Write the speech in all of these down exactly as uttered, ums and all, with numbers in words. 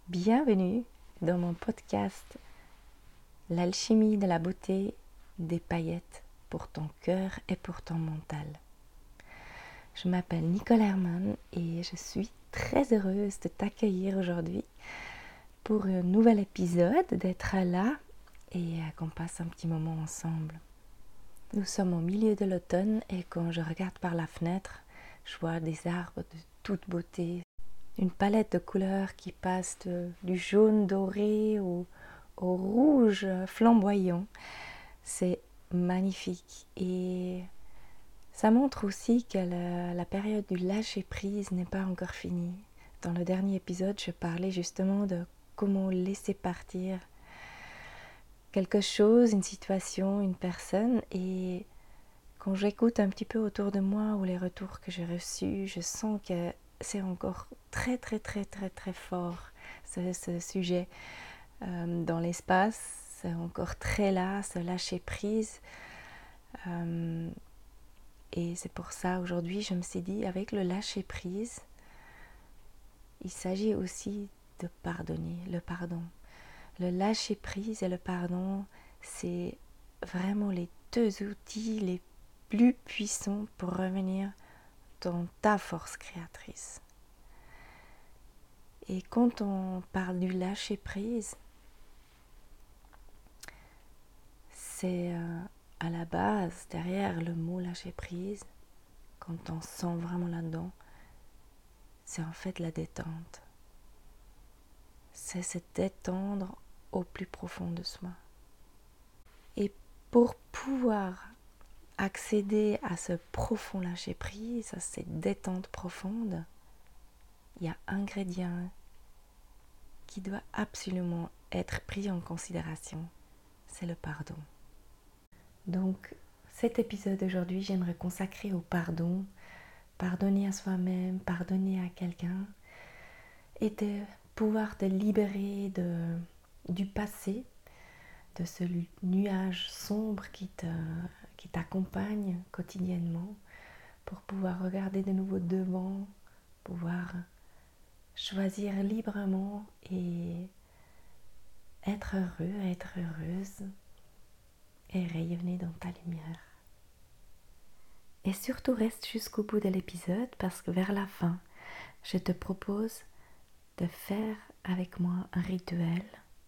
Bienvenue dans mon podcast L'alchimie de la beauté, des paillettes pour ton cœur et pour ton mental. Je m'appelle Nicole Herman et je suis très heureuse de t'accueillir aujourd'hui pour un nouvel épisode, d'être là et qu'on passe un petit moment ensemble. Nous sommes au milieu de l'automne et quand je regarde par la fenêtre, je vois des arbres de toute beauté. Une palette de couleurs qui passe de, du jaune doré au, au rouge flamboyant. C'est magnifique et ça montre aussi que la, la période du lâcher prise n'est pas encore finie. Dans le dernier épisode, je parlais justement de comment laisser partir quelque chose, une situation, une personne, et quand j'écoute un petit peu autour de moi ou les retours que j'ai reçus, je sens que c'est encore très très très très très fort ce, ce sujet euh, dans l'espace, c'est encore très là, ce lâcher prise euh, et c'est pour ça aujourd'hui je me suis dit avec le lâcher prise il s'agit aussi de pardonner, le pardon, le lâcher prise et le pardon, c'est vraiment les deux outils les plus puissants pour revenir dans ta force créatrice. Et quand on parle du lâcher prise, c'est euh, à la base, derrière le mot lâcher prise, quand on sent vraiment là-dedans, c'est en fait la détente. C'est se détendre au plus profond de soi. Et pour pouvoir accéder à ce profond lâcher prise, à cette détente profonde, il y a un ingrédient qui doit absolument être pris en considération, c'est le pardon. Donc, cet épisode d'aujourd'hui, j'aimerais consacrer au pardon, pardonner à soi-même, pardonner à quelqu'un, et de pouvoir te libérer de, du passé, de ce nuage sombre qui, te, qui t'accompagne quotidiennement, pour pouvoir regarder de nouveau devant, pouvoir choisir librement et être heureux, être heureuse et rayonner dans ta lumière. Et surtout reste jusqu'au bout de l'épisode parce que vers la fin, je te propose de faire avec moi un rituel.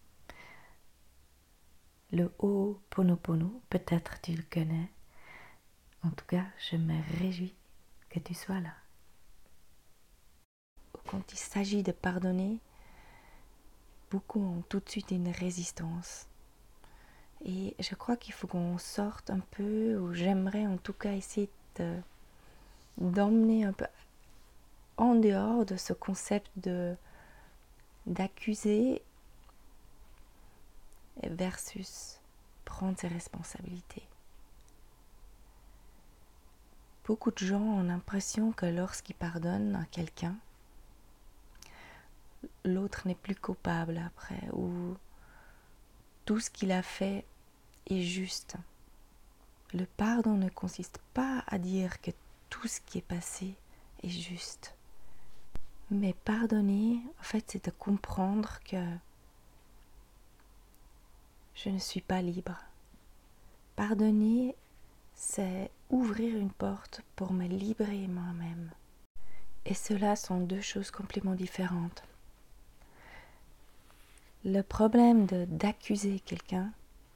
Le Ho'oponopono, peut-être tu le connais. En tout cas, je me réjouis que tu sois là. Quand il s'agit de pardonner, beaucoup ont tout de suite une résistance. Et je crois qu'il faut qu'on sorte un peu, ou j'aimerais en tout cas essayer de, d'emmener un peu en dehors de ce concept de, d'accuser versus prendre ses responsabilités. Beaucoup de gens ont l'impression que lorsqu'ils pardonnent à quelqu'un, l'autre n'est plus coupable après, ou tout ce qu'il a fait est juste. Le pardon ne consiste pas à dire que tout ce qui est passé est juste. Mais pardonner, en fait, c'est de comprendre que je ne suis pas libre. Pardonner, c'est ouvrir une porte pour me libérer moi-même. Et cela sont deux choses complètement différentes. Le problème de, d'accuser quelqu'un,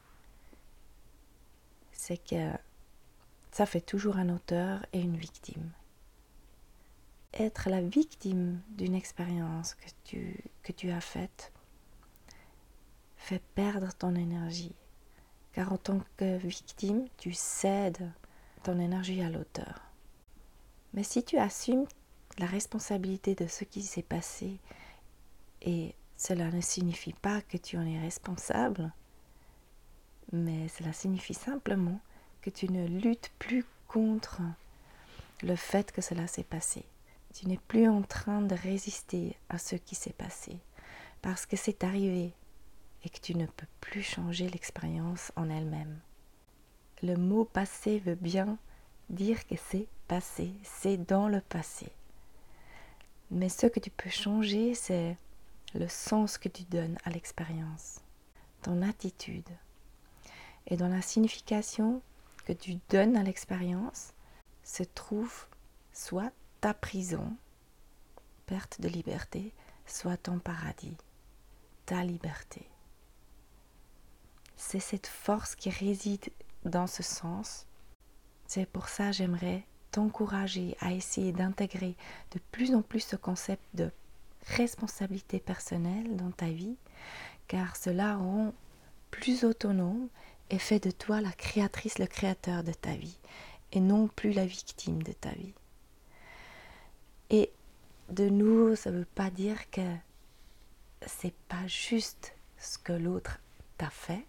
c'est que ça fait toujours un auteur et une victime. Être la victime d'une expérience que tu, que tu as faite fait perdre ton énergie. Car en tant que victime, tu cèdes ton énergie à l'auteur. Mais si tu assumes la responsabilité de ce qui s'est passé, et cela ne signifie pas que tu en es responsable, mais cela signifie simplement que tu ne luttes plus contre le fait que cela s'est passé. Tu n'es plus en train de résister à ce qui s'est passé, parce que c'est arrivé et que tu ne peux plus changer l'expérience en elle-même. Le mot passé veut bien dire que c'est passé, c'est dans le passé. Mais ce que tu peux changer, c'est le sens que tu donnes à l'expérience, ton attitude. Et dans la signification que tu donnes à l'expérience se trouve soit ta prison, perte de liberté, soit ton paradis, ta liberté. C'est cette force qui réside dans ce sens. C'est pour ça que j'aimerais t'encourager à essayer d'intégrer de plus en plus ce concept de responsabilité personnelle dans ta vie, car cela rend plus autonome et fait de toi la créatrice, le créateur de ta vie, et non plus la victime de ta vie. Et de nouveau, ça ne veut pas dire que c'est pas juste ce que l'autre t'a fait.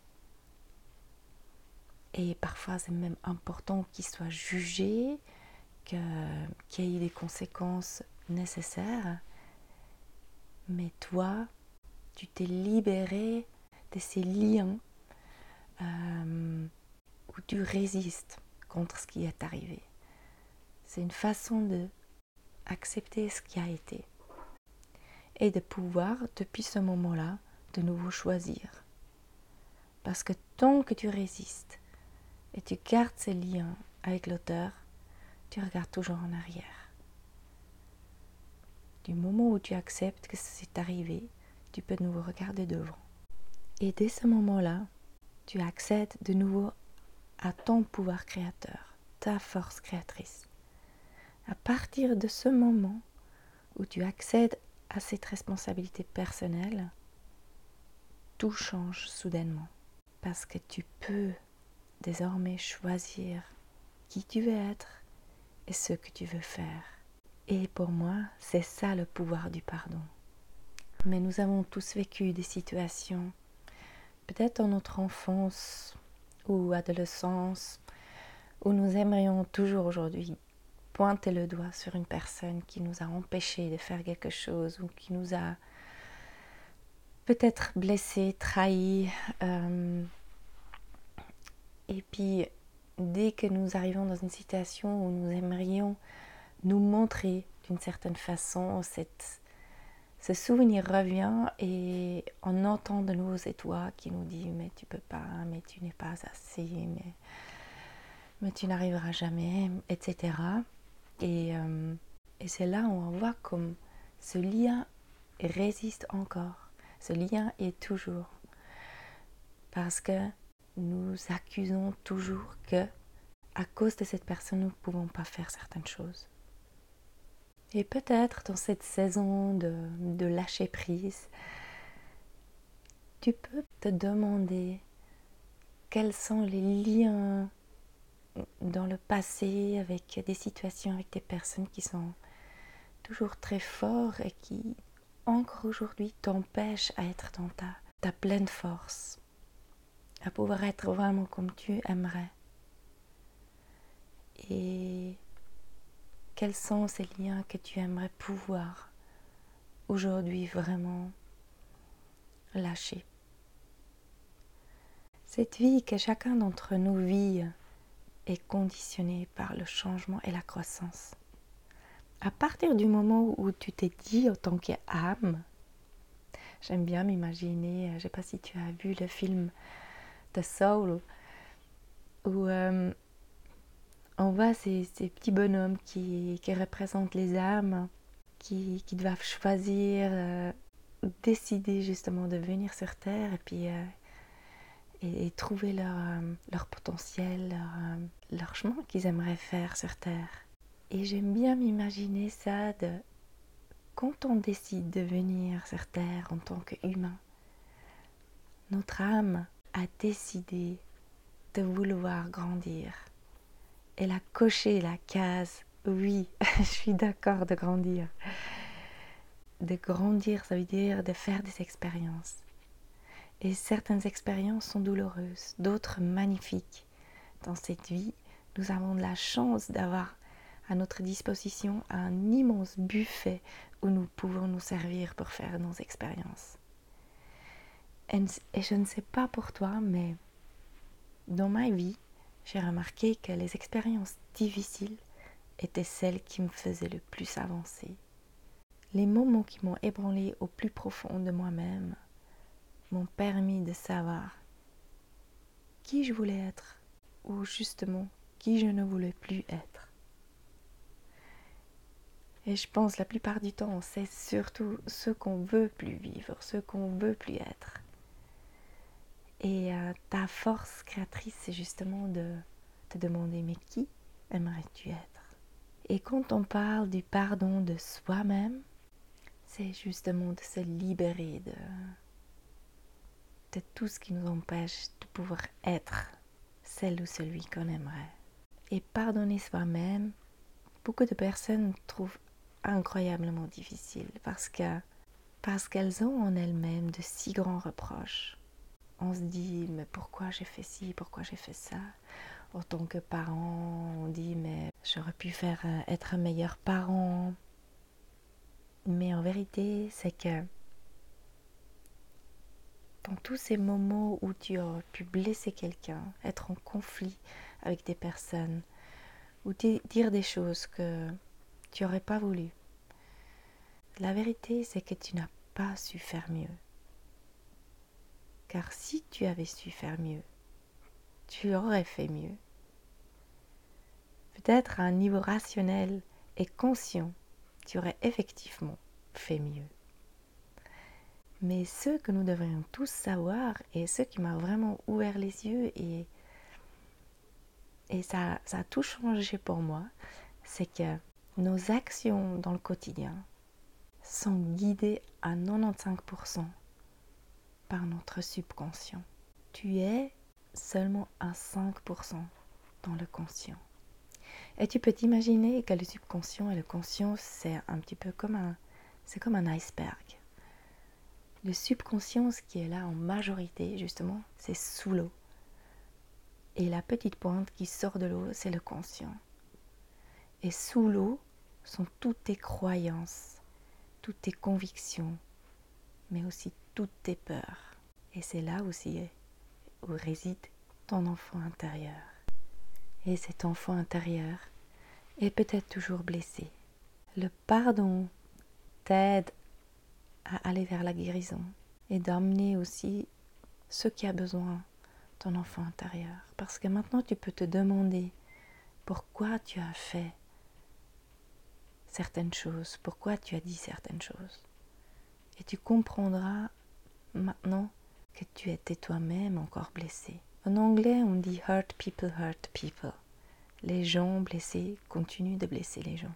Et parfois, c'est même important qu'il soit jugé, que, qu'il y ait des conséquences nécessaires. Mais toi, tu t'es libéré de ces liens euh, où tu résistes contre ce qui est arrivé. C'est une façon de accepter ce qui a été et de pouvoir, depuis ce moment-là, de nouveau choisir. Parce que tant que tu résistes et tu gardes ces liens avec l'auteur, tu regardes toujours en arrière. Du moment où tu acceptes que c'est arrivé, tu peux de nouveau regarder devant. Et dès ce moment-là, tu accèdes de nouveau à ton pouvoir créateur, ta force créatrice. À partir de ce moment où tu accèdes à cette responsabilité personnelle, tout change soudainement. Parce que tu peux désormais choisir qui tu veux être et ce que tu veux faire. Et pour moi, c'est ça le pouvoir du pardon. Mais nous avons tous vécu des situations, peut-être dans notre enfance ou adolescence, où nous aimerions toujours aujourd'hui pointer le doigt sur une personne qui nous a empêchés de faire quelque chose ou qui nous a peut-être blessés, trahis. Euh, et puis, dès que nous arrivons dans une situation où nous aimerions nous montrer d'une certaine façon, cette, ce souvenir revient et on entend de nouveau cette voix qui nous dit « mais tu peux pas, mais tu n'es pas assez, mais, mais tu n'arriveras jamais », et cetera. Et, euh, et c'est là où on voit comme ce lien résiste encore. Ce lien est toujours. Parce que nous accusons toujours que, à cause de cette personne, nous ne pouvons pas faire certaines choses. Et peut-être dans cette saison de, de lâcher prise, tu peux te demander quels sont les liens dans le passé avec des situations, avec des personnes qui sont toujours très forts et qui encore aujourd'hui t'empêchent à être dans ta, ta pleine force, à pouvoir être vraiment comme tu aimerais. Et quels sont ces liens que tu aimerais pouvoir aujourd'hui vraiment lâcher. Cette vie que chacun d'entre nous vit est conditionnée par le changement et la croissance. À partir du moment où tu t'es dit en tant qu'âme, j'aime bien m'imaginer, je ne sais pas si tu as vu le film The Soul, où euh, on voit ces, ces petits bonhommes qui, qui représentent les âmes, qui, qui doivent choisir, euh, décider justement de venir sur Terre et puis euh, et, et trouver leur, euh, leur potentiel, leur, euh, leur chemin qu'ils aimeraient faire sur Terre. Et j'aime bien m'imaginer ça de quand on décide de venir sur Terre en tant qu'humain, notre âme a décidé de vouloir grandir. Elle a coché la case, oui, je suis d'accord de grandir. De grandir, ça veut dire de faire des expériences. Et certaines expériences sont douloureuses, d'autres magnifiques. Dans cette vie, nous avons de la chance d'avoir à notre disposition un immense buffet où nous pouvons nous servir pour faire nos expériences. Et je ne sais pas pour toi, mais dans ma vie, j'ai remarqué que les expériences difficiles étaient celles qui me faisaient le plus avancer. Les moments qui m'ont ébranlé au plus profond de moi-même m'ont permis de savoir qui je voulais être ou justement qui je ne voulais plus être. Et je pense la plupart du temps, c'est surtout ce qu'on veut plus vivre, ce qu'on veut plus être. Et euh, ta force créatrice, c'est justement de te demander, mais qui aimerais-tu être? Et quand on parle du pardon de soi-même, c'est justement de se libérer de, de tout ce qui nous empêche de pouvoir être celle ou celui qu'on aimerait. Et pardonner soi-même, beaucoup de personnes trouvent incroyablement difficile parce que parce qu'elles ont en elles-mêmes de si grands reproches. On se dit, mais pourquoi j'ai fait ci, pourquoi j'ai fait ça? En tant que parent, on dit, mais j'aurais pu faire être un meilleur parent. Mais en vérité, c'est que dans tous ces moments où tu as pu blesser quelqu'un, être en conflit avec des personnes, ou dire des choses que tu n'aurais pas voulu, la vérité, c'est que tu n'as pas su faire mieux. Car si tu avais su faire mieux, tu aurais fait mieux. Peut-être à un niveau rationnel et conscient, tu aurais effectivement fait mieux. Mais ce que nous devrions tous savoir, et ce qui m'a vraiment ouvert les yeux, et, et ça, ça a tout changé pour moi, c'est que nos actions dans le quotidien sont guidées à quatre-vingt-quinze pour cent par notre subconscient. Tu es seulement à cinq pour cent dans le conscient. Et tu peux t'imaginer que le subconscient et le conscient, c'est un petit peu comme un, c'est comme un iceberg. Le subconscient, ce qui est là en majorité, justement, c'est sous l'eau. Et la petite pointe qui sort de l'eau, c'est le conscient. Et sous l'eau sont toutes tes croyances, toutes tes convictions, mais aussi toutes tes peurs. Et c'est là aussi où réside ton enfant intérieur. Et cet enfant intérieur est peut-être toujours blessé. Le pardon t'aide à aller vers la guérison et d'amener aussi ce qui a besoin, ton enfant intérieur. Parce que maintenant tu peux te demander pourquoi tu as fait certaines choses, pourquoi tu as dit certaines choses. Et tu comprendras maintenant que tu étais toi-même encore blessé. En anglais, on dit hurt people hurt people. Les gens blessés continuent de blesser les gens.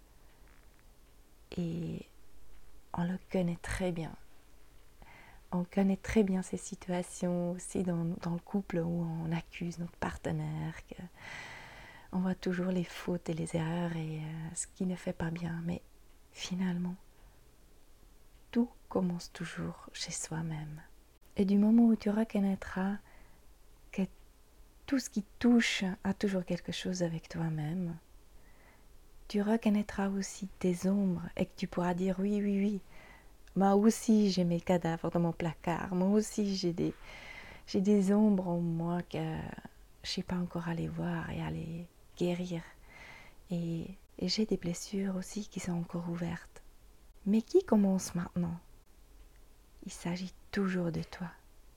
Et on le connaît très bien. On connaît très bien ces situations aussi dans, dans le couple où on accuse notre partenaire, que on voit toujours les fautes et les erreurs et euh, ce qui ne fait pas bien. Mais finalement, tout commence toujours chez soi-même. Et du moment où tu reconnaîtras que tout ce qui touche a toujours quelque chose avec toi-même, tu reconnaîtras aussi tes ombres et que tu pourras dire oui, oui, oui, moi aussi j'ai mes cadavres dans mon placard, moi aussi j'ai des, j'ai des ombres en moi que je ne sais pas encore aller voir et aller guérir. Et, et j'ai des blessures aussi qui sont encore ouvertes. Mais qui commence maintenant? Il s'agit toujours de toi.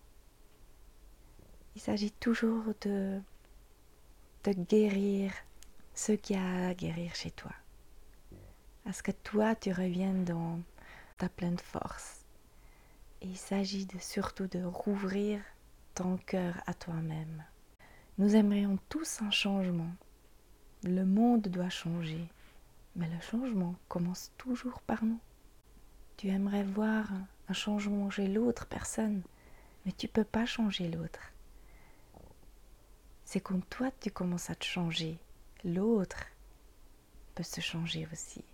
Il s'agit toujours de, de guérir ce qu'il y a à guérir chez toi. À ce que toi, tu reviennes dans ta pleine force. Et il s'agit de, surtout de rouvrir ton cœur à toi-même. Nous aimerions tous un changement. Le monde doit changer. Mais le changement commence toujours par nous. Tu aimerais voir un changement chez l'autre personne, mais tu ne peux pas changer l'autre. C'est quand toi tu commences à te changer, l'autre peut se changer aussi.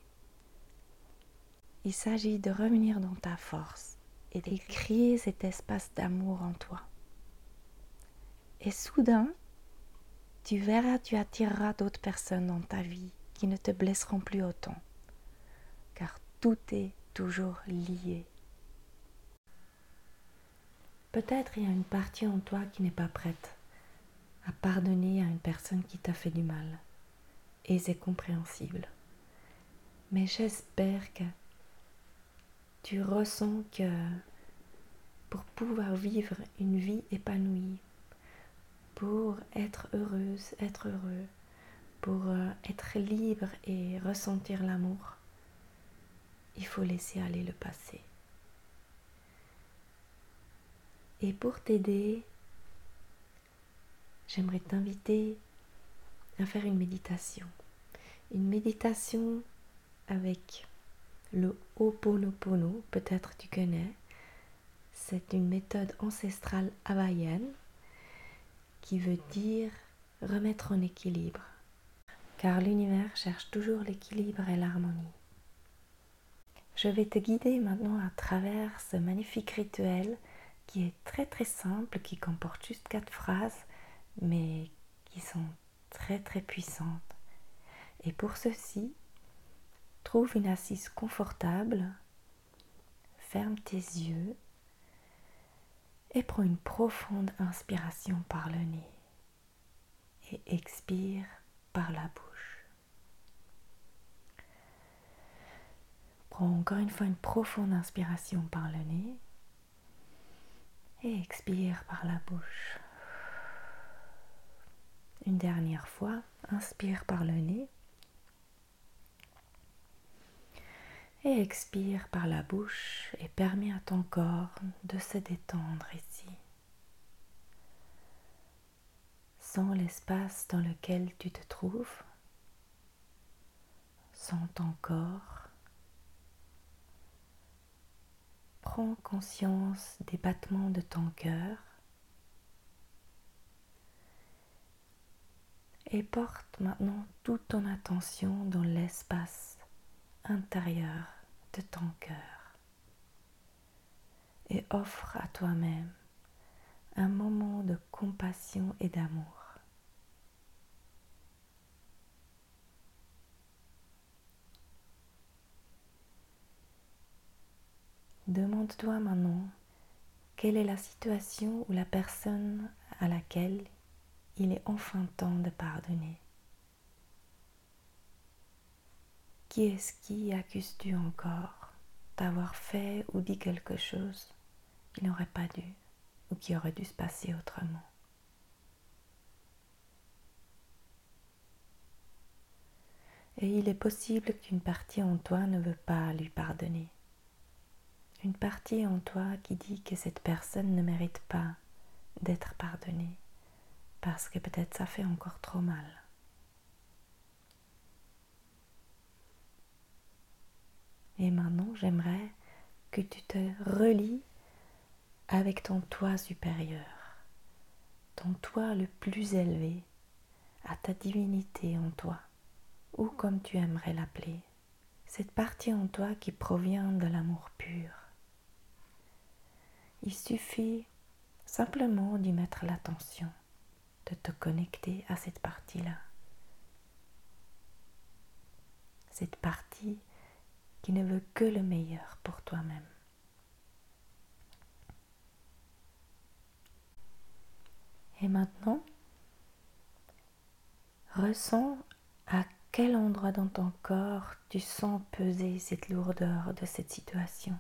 Il s'agit de revenir dans ta force et de créer cet espace d'amour en toi. Et soudain, tu verras, tu attireras d'autres personnes dans ta vie qui ne te blesseront plus autant, car tout est toujours lié. Peut-être il y a une partie en toi qui n'est pas prête à pardonner à une personne qui t'a fait du mal. Et c'est compréhensible. Mais j'espère que tu ressens que pour pouvoir vivre une vie épanouie, pour être heureuse, être heureux, pour être libre et ressentir l'amour, il faut laisser aller le passé. Et pour t'aider, j'aimerais t'inviter à faire une méditation. Une méditation avec le Ho'oponopono, peut-être tu connais. C'est une méthode ancestrale hawaïenne qui veut dire remettre en équilibre. Car l'univers cherche toujours l'équilibre et l'harmonie. Je vais te guider maintenant à travers ce magnifique rituel qui est très très simple, qui comporte juste quatre phrases, mais qui sont très très puissantes. Et pour ceci, trouve une assise confortable, ferme tes yeux et prends une profonde inspiration par le nez et expire par la bouche. Prends encore une fois une profonde inspiration par le nez et expire par la bouche. Une dernière fois, inspire par le nez et expire par la bouche et permets à ton corps de se détendre ici. Sens l'espace dans lequel tu te trouves, sens ton corps, prends conscience des battements de ton cœur et porte maintenant toute ton attention dans l'espace intérieur de ton cœur et offre à toi-même un moment de compassion et d'amour. Demande-toi maintenant quelle est la situation ou la personne à laquelle il est enfin temps de pardonner. Qui est-ce qui accuses-tu encore d'avoir fait ou dit quelque chose qui n'aurait pas dû ou qui aurait dû se passer autrement? Et il est possible qu'une partie en toi ne veut pas lui pardonner. Une partie en toi qui dit que cette personne ne mérite pas d'être pardonnée parce que peut-être ça fait encore trop mal. Et maintenant, j'aimerais que tu te relies avec ton toi supérieur, ton toi le plus élevé, à ta divinité en toi, ou comme tu aimerais l'appeler, cette partie en toi qui provient de l'amour pur. Il suffit simplement d'y mettre l'attention, de te connecter à cette partie-là. Cette partie qui ne veut que le meilleur pour toi-même. Et maintenant, ressens à quel endroit dans ton corps tu sens peser cette lourdeur de cette situation.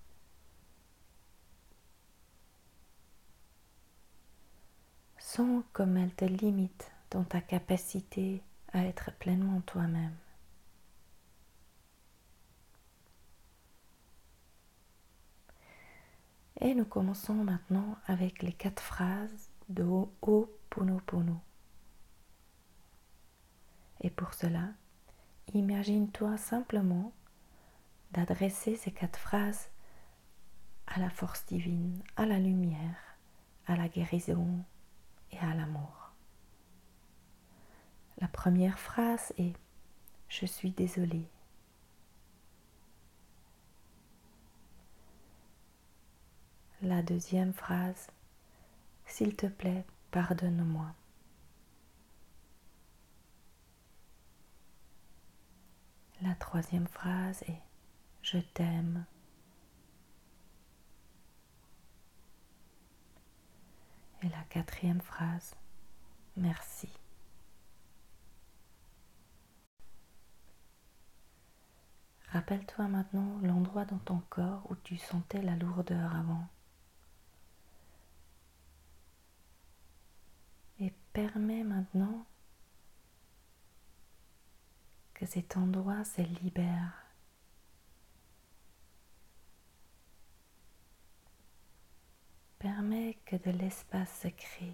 Sens comme elle te limite dans ta capacité à être pleinement toi-même. Et nous commençons maintenant avec les quatre phrases de Ho'oponopono. Et pour cela, imagine-toi simplement d'adresser ces quatre phrases à la force divine, à la lumière, à la guérison et à l'amour. La première phrase est « Je suis désolée ». La deuxième phrase « S'il te plaît, pardonne-moi ». La troisième phrase est « Je t'aime ». Et la quatrième phrase « Merci ». Rappelle-toi maintenant l'endroit dans ton corps où tu sentais la lourdeur avant. Et permets maintenant que cet endroit se libère. Permets que de l'espace se crée,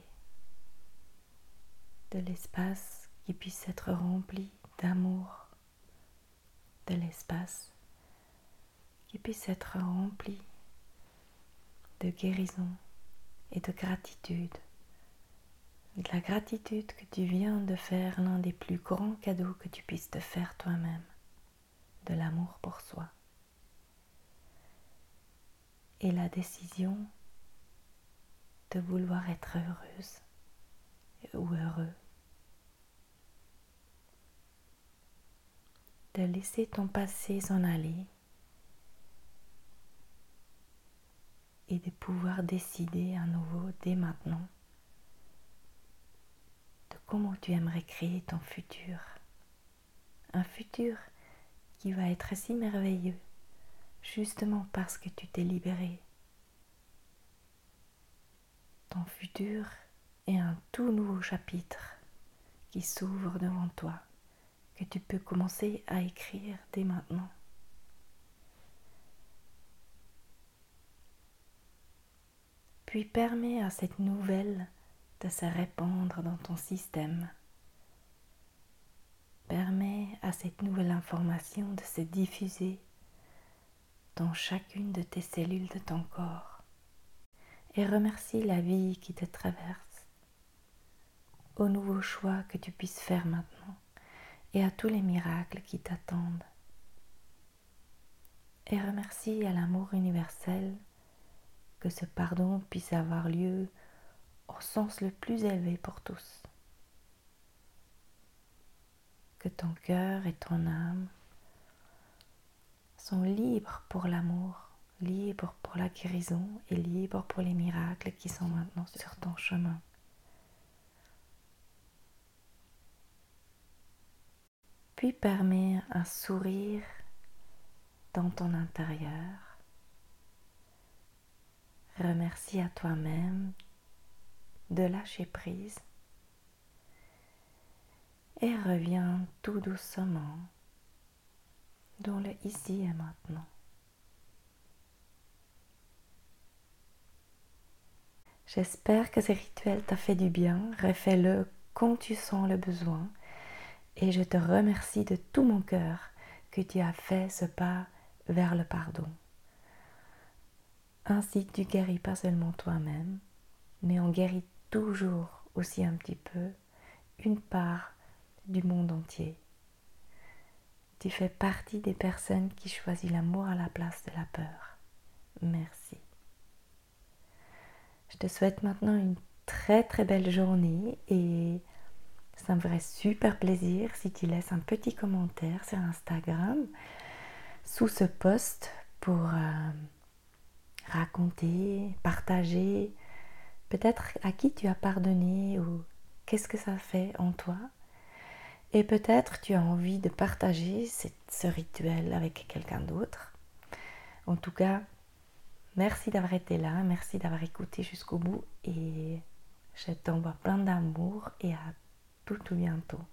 de l'espace qui puisse être rempli d'amour, de l'espace qui puisse être rempli de guérison et de gratitude. De la gratitude que tu viens de faire l'un des plus grands cadeaux que tu puisses te faire toi-même, de l'amour pour soi. Et la décision de vouloir être heureuse ou heureux. De laisser ton passé s'en aller et de pouvoir décider à nouveau dès maintenant de comment tu aimerais créer ton futur. Un futur qui va être si merveilleux justement parce que tu t'es libéré. Ton futur est un tout nouveau chapitre qui s'ouvre devant toi, que tu peux commencer à écrire dès maintenant. Puis permets à cette nouvelle de se répandre dans ton système. Permets à cette nouvelle information de se diffuser dans chacune de tes cellules de ton corps. Et remercie la vie qui te traverse, aux nouveaux choix que tu puisses faire maintenant et à tous les miracles qui t'attendent. Et remercie à l'amour universel que ce pardon puisse avoir lieu au sens le plus élevé pour tous. Que ton cœur et ton âme sont libres pour l'amour, libres pour la guérison et libres pour les miracles qui sont maintenant sur ton chemin. Puis permets un sourire dans ton intérieur. Remercie à toi-même de lâcher prise et reviens tout doucement dans le ici et maintenant. J'espère que ce rituel t'a fait du bien. Refais-le quand tu sens le besoin. Et je te remercie de tout mon cœur que tu as fait ce pas vers le pardon. Ainsi tu guéris pas seulement toi-même, mais on guérit toujours aussi un petit peu une part du monde entier. Tu fais partie des personnes qui choisissent l'amour à la place de la peur. Merci. Je te souhaite maintenant une très très belle journée et ça me ferait super plaisir si tu laisses un petit commentaire sur Instagram sous ce post pour euh, raconter, partager peut-être à qui tu as pardonné ou qu'est-ce que ça fait en toi. Et peut-être tu as envie de partager ce rituel avec quelqu'un d'autre. En tout cas, merci d'avoir été là, merci d'avoir écouté jusqu'au bout et je t'envoie plein d'amour et à tout tout bientôt.